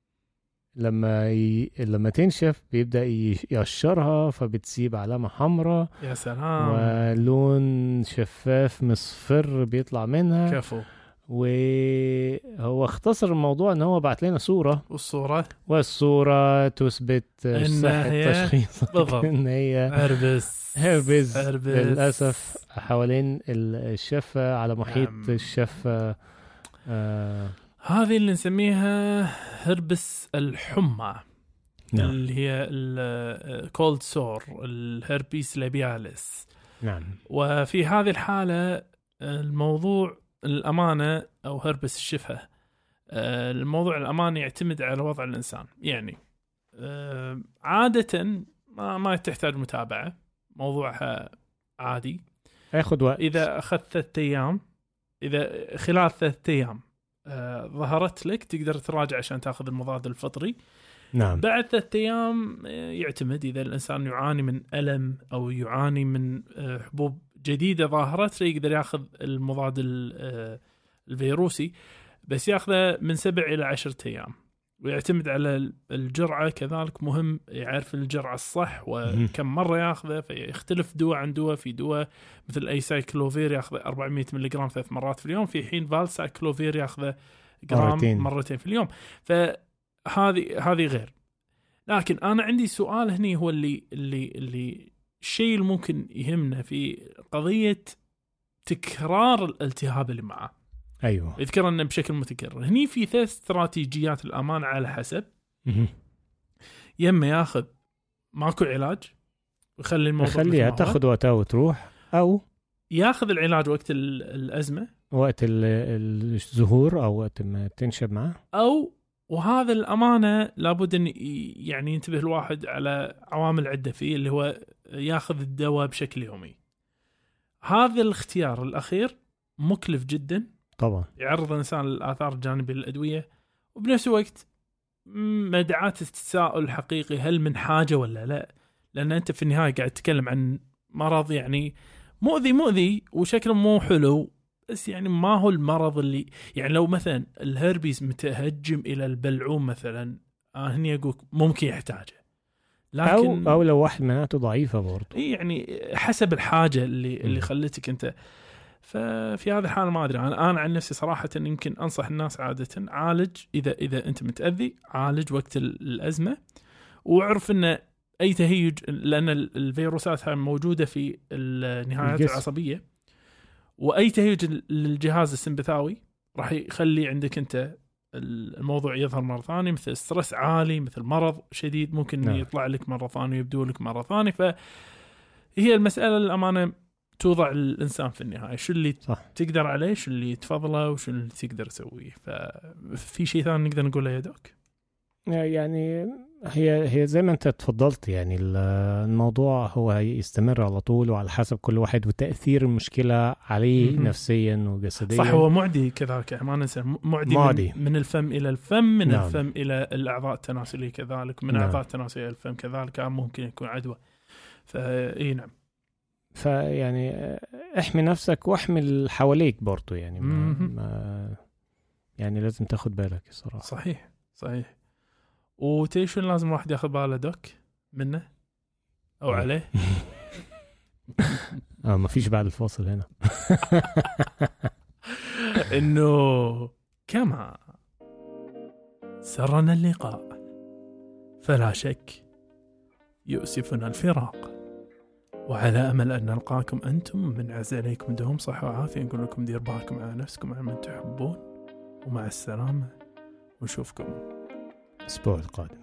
ي... لما تنشف بيبدأ يقشرها فبتسيب علامة حمراء يا سلام ولون شفاف مصفر بيطلع منها كفو وهو اختصر الموضوع ان هو بعت لنا صورة والصورة والصورة تثبت صحة التشخيص ان هي هربس هربس للأسف حوالين الشفة على محيط نعم. الشفة آه هذه اللي نسميها هربس الحمى نعم. اللي هي الكولد سور الهربيس لابياليس نعم. وفي هذه الحالة الموضوع الأمانة أو هربس الشفة الموضوع الأمانة يعتمد على وضع الإنسان يعني عادة ما, ما تحتاج متابعة موضوعها عادي ياخد وقت إذا أخذت ثلاثة أيام إذا خلال ثلاثة أيام ظهرت لك تقدر تراجع عشان تأخذ المضاد الفطري نعم. بعد ثلاثة أيام يعتمد إذا الإنسان يعاني من ألم أو يعاني من حبوب جديدة ظاهرت يقدر ياخذ المضاد الفيروسي بس ياخذه من سبع إلى عشرة أيام ويعتمد على الجرعة كذلك مهم يعرف الجرعة الصح وكم مرة ياخذه فيختلف دواء عن دواء في دواء مثل أي سايكلوفير ياخذه أربعمية ملغرام ثلاث مرات في اليوم في حين فالسايكلوفير ياخذه جرام مرتين. مرتين في اليوم فهذه هذه غير لكن أنا عندي سؤال هني هو اللي اللي اللي الشيء اللي ممكن يهمنا في قضية تكرار الالتهاب اللي معه أيوة يذكر أنه بشكل متكرر هني في ثلاث استراتيجيات الأمان على حسب يما ياخذ ماكو علاج ويخلي الموضوع خليها تاخذ وقتها وتروح أو ياخذ العلاج وقت الأزمة وقت الظهور أو وقت ما تنشب معه أو وهذا الأمانة لابد أن يعني ينتبه الواحد على عوامل عدة فيه اللي هو ياخذ الدواء بشكل يومي هذا الاختيار الأخير مكلف جدا طبعا يعرض الإنسان للآثار الجانبية للأدوية وبنفس الوقت مدعاة التساؤل الحقيقي هل من حاجة ولا لا لأن أنت في النهاية قاعد تتكلم عن مرض يعني مؤذي مؤذي وشكله مو حلو بس يعني ما هو المرض اللي يعني لو مثلا الهربيس متهجم إلى البلعوم مثلا آه هني أقول ممكن يحتاجه لكن أو, أو لو واحد مناعته ضعيفة برضه يعني حسب الحاجة اللي م. اللي خلتك أنت ففي هذا الحال ما أدري أنا أنا عن نفسي صراحة يمكن أنصح الناس عادة عالج إذا إذا أنت متأذي عالج وقت الأزمة واعرف إن اي تهيج، لان الفيروسات هاي موجوده في النهايات العصبيه، واي تهيج للجهاز السمبثاوي راح يخلي عندك انت الموضوع يظهر مره ثانيه، مثل ستريس عالي، مثل مرض شديد ممكن نعم. يطلع لك مره ثانيه ويبدو لك مره ثانيه. فهي المساله الامانه توضع الانسان في النهايه، شو اللي صح. تقدر عليه، شو اللي تفضله، وشو اللي تقدر تسويه. ففي شيء ثاني نقدر نقوله يا دوك؟ يعني هي هي زي ما انت تفضلت، يعني الموضوع هو يستمر على طول وعلى حسب كل واحد وتأثير المشكلة عليه م-م. نفسيا وجسديا. صح، هو معدي كذلك، ما ننسى معدي, معدي. من, من الفم إلى الفم، من نعم. الفم إلى الأعضاء التناسلية كذلك، من نعم. الأعضاء التناسلية إلى الفم كذلك ممكن يكون عدوى. فإيه نعم. فيعني احمي نفسك واحمي اللي حواليك برضو، يعني ما, ما يعني لازم تاخد بالك الصراحة. صحيح صحيح. وتيشون لازم واحد ياخذ باله دوك منه او عليه. اه ما فيش بعد الفاصل هنا. انه كما سرنا اللقاء فلا شك يؤسفنا الفراق، وعلى امل ان نلقاكم انتم من عز عليكم دوم صحه وعافيه. نقول لكم دير بالكم على نفسكم وعلى من تحبون، ومع السلامه، ونشوفكم الأسبوع القادم.